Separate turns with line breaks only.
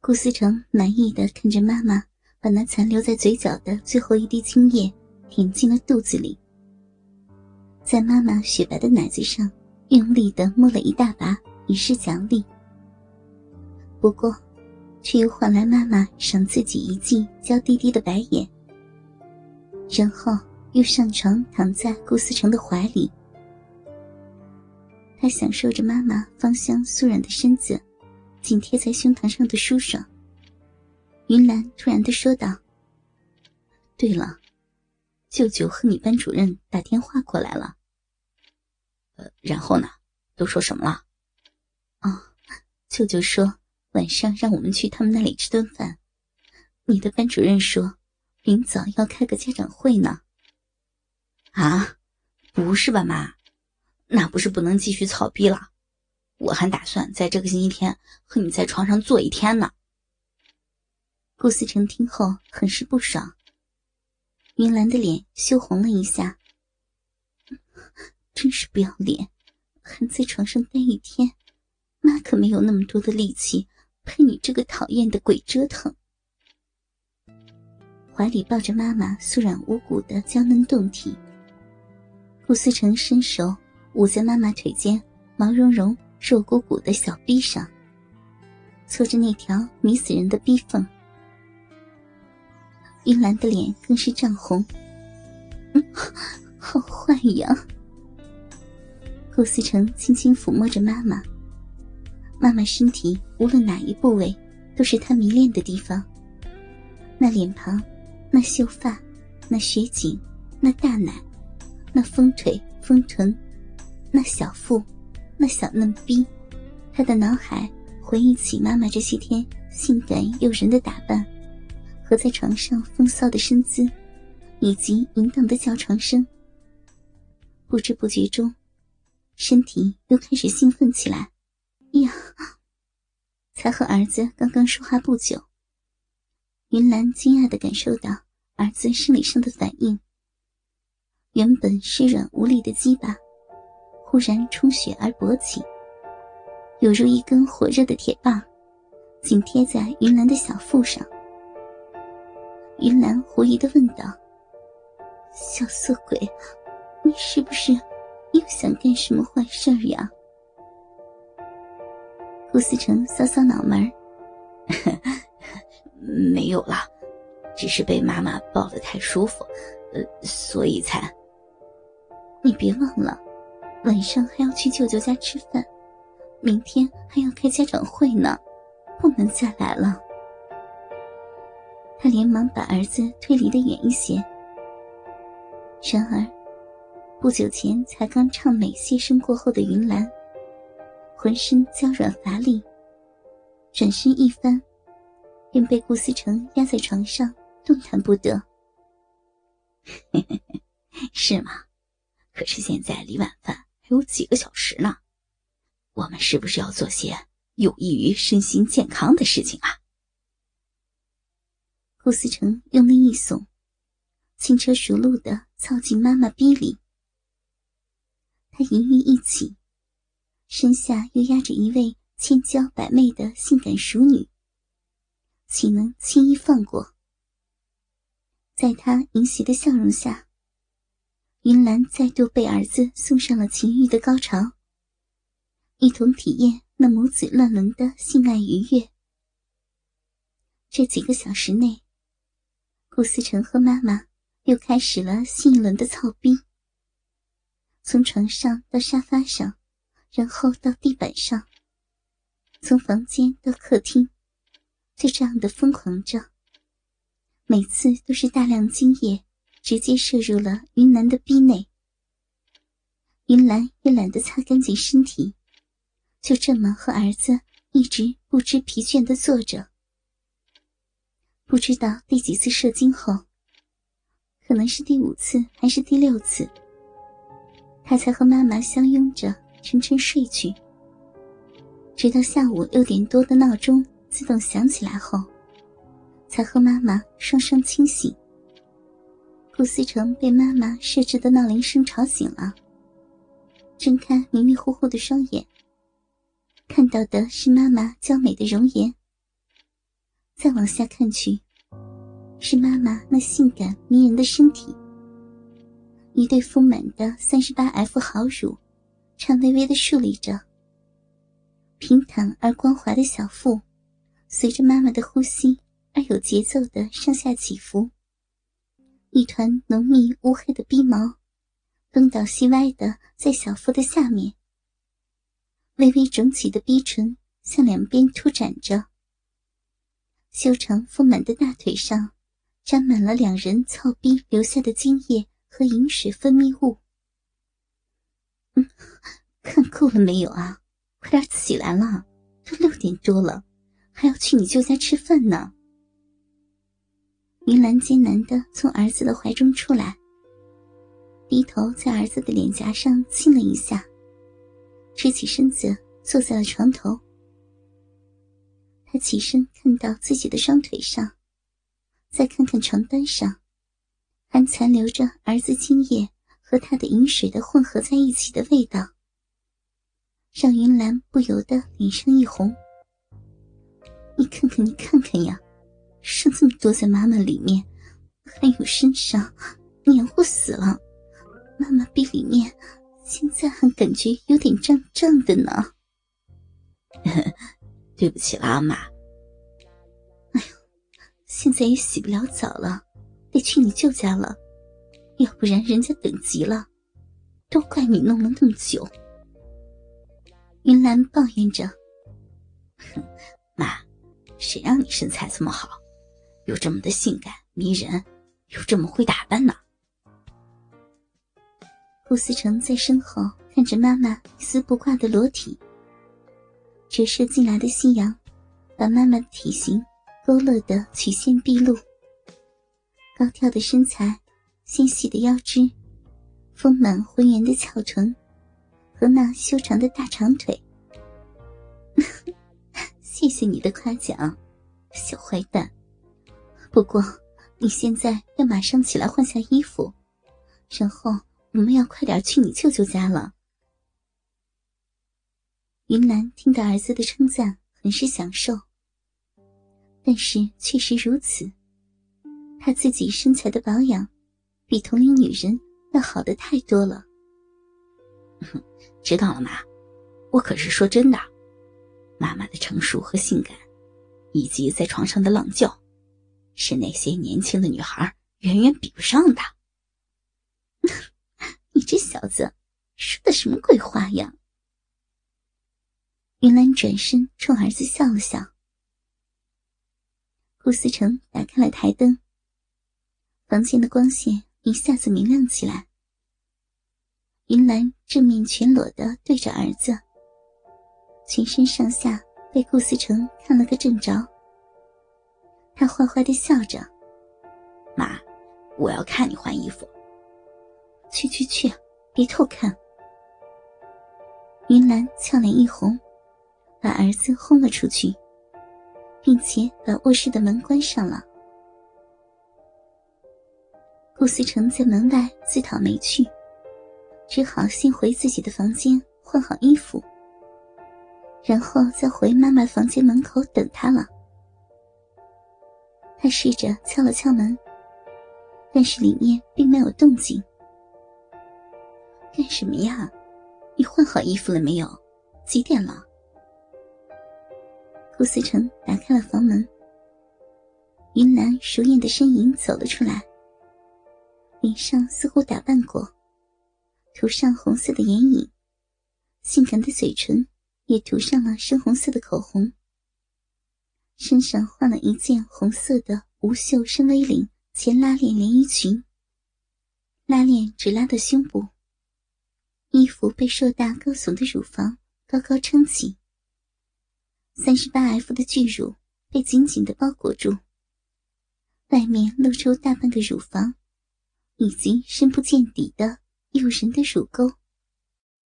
顾思成满意地看着妈妈把那残留在嘴角的最后一滴精液舔进了肚子里，在妈妈雪白的奶子上用力地摸了一大把以示奖励。不过却又换来妈妈赏自己一记娇滴滴的白眼，然后又上床躺在顾思成的怀里。他享受着妈妈芳香酥软的身子紧贴在胸膛上的舒爽。云兰突然地说道：对了，舅舅和你班主任打电话过来了。
然后呢？都说什么了？
舅舅说晚上让我们去他们那里吃顿饭。你的班主任说明早要开个家长会呢。
啊，不是吧妈？那不是不能继续操逼了？我还打算在这个星期天和你在床上坐一天呢。
顾思成听后很是不爽，云兰的脸羞红了一下。真是不要脸，还在床上待一天，妈可没有那么多的力气陪你这个讨厌的鬼折腾。怀里抱着妈妈酥软无骨的娇嫩胴体，顾思成伸手捂在妈妈腿间毛茸茸肉鼓鼓的小臂上，搓着那条迷死人的逼缝。云兰的脸更是涨红。好坏呀。顾思成轻轻抚摸着妈妈，妈妈身体无论哪一部位都是他迷恋的地方，那脸庞，那秀发，那雪颈，那大奶，那丰腿丰臀，那小腹，那小嫩逼。他的脑海回忆起妈妈这些天性感诱人的打扮和在床上风骚的身姿，以及淫荡的叫床声，不知不觉中身体又开始兴奋起来。呀，才和儿子刚刚说话不久，云兰惊讶地感受到儿子生理上的反应，原本湿软无力的鸡巴忽然充血而勃起，有如一根火热的铁棒紧贴在云兰的小腹上。云兰狐疑地问道：小色鬼，你是不是又想干什么坏事呀？顾思成搔搔脑门
没有啦，只是被妈妈抱得太舒服，所以才……
你别忘了，晚上还要去舅舅家吃饭，明天还要开家长会呢，不能再来了。他连忙把儿子推离得远一些。然而不久前才刚唱美谢身过后的云兰浑身娇软乏力，转身一翻便被顾思成压在床上动弹不得。
是吗？可是现在离晚饭还有几个小时呢，我们是不是要做些有益于身心健康的事情啊？
顾思成用力一耸，轻车熟路地操进妈妈逼里。他淫欲一起，身下又压着一位千娇百媚的性感熟女，岂能轻易放过？在他淫邪的笑容下，云兰再度被儿子送上了情欲的高潮，一同体验那母子乱伦的性爱愉悦。这几个小时内，顾思成和妈妈又开始了新一轮的操逼，从床上到沙发上，然后到地板上，从房间到客厅，就这样的疯狂着。每次都是大量精液直接射入了云兰的逼内。云兰也懒得擦干净身体，就这么和儿子一直不知疲倦地坐着。不知道第几次射精后，可能是第5次还是第6次，他才和妈妈相拥着沉沉睡去。直到下午6点多的闹钟自动响起来后，才和妈妈双双清醒。顾思成被妈妈设置的闹铃声吵醒了，睁开迷迷糊糊的双眼，看到的是妈妈娇美的容颜。 再往下看去，是妈妈那性感迷人的身体，一对丰满的 38F 好乳颤巍巍地竖立着，平坦而光滑的小腹随着妈妈的呼吸而有节奏地上下起伏，一团浓密乌黑的逼毛东倒西歪地在小腹的下面，微微肿起的逼唇向两边凸展着，修长丰满的大腿上沾满了两人操逼留下的精液和饮水分泌物。看够了没有啊？快点起来了，都6点多了，还要去你舅家吃饭呢。云兰艰难地从儿子的怀中出来，低头在儿子的脸颊上亲了一下，直起身子坐在了床头。他起身看到自己的双腿上，再看看床单上，还残留着儿子精液和他的饮水的混合在一起的味道，让云兰不由得脸上一红。你看看呀，剩这么多在妈妈里面，还有身上，黏糊死了。妈妈逼里面现在还感觉有点胀胀的呢。
对不起啦，妈。
哎呦，现在也洗不了澡了，得去你舅家了，要不然人家等急了。都怪你弄了那么久。云兰抱怨着。
妈，谁让你身材这么好，又这么的性感迷人，又这么会打扮呢？
顾思成在身后看着妈妈一丝不挂的裸体，折射进来的夕阳把妈妈的体型勾勒得曲线毕露，高挑的身材，纤细的腰肢，丰满浑圆的翘臀和那修长的大长腿。谢谢你的夸奖，小坏蛋。不过你现在要马上起来换下衣服，然后我们要快点去你舅舅家了。云兰听到儿子的称赞很是享受，但是确实如此，她自己身材的保养比同龄女人要好得太多了。
知道了妈，我可是说真的，妈妈的成熟和性感，以及在床上的浪叫，是那些年轻的女孩远远比不上的。
你这小子说的什么鬼话呀？云兰转身冲儿子笑了笑。顾思成打开了台灯，房间的光线一下子明亮起来。云兰正面全裸地对着儿子，全身上下被顾思成看了个正着。他坏坏地笑着。
妈，我要看你换衣服。
去，别偷看。云兰俏脸一红，把儿子轰了出去，并且把卧室的门关上了。顾思成在门外自讨没趣，只好先回自己的房间换好衣服，然后再回妈妈房间门口等她了。他试着敲了敲门，但是里面并没有动静。干什么呀？你换好衣服了没有？几点了？顾思成打开了房门，云兰熟艳的身影走了出来，脸上似乎打扮过，涂上红色的眼影，性感的嘴唇也涂上了深红色的口红，身上换了一件红色的无袖深 V 领前拉链连衣裙，拉链只拉到胸部，衣服被硕大高耸的乳房高高撑起，38F 的巨乳被紧紧地包裹住，外面露出大半个乳房以及深不见底的诱人的乳沟。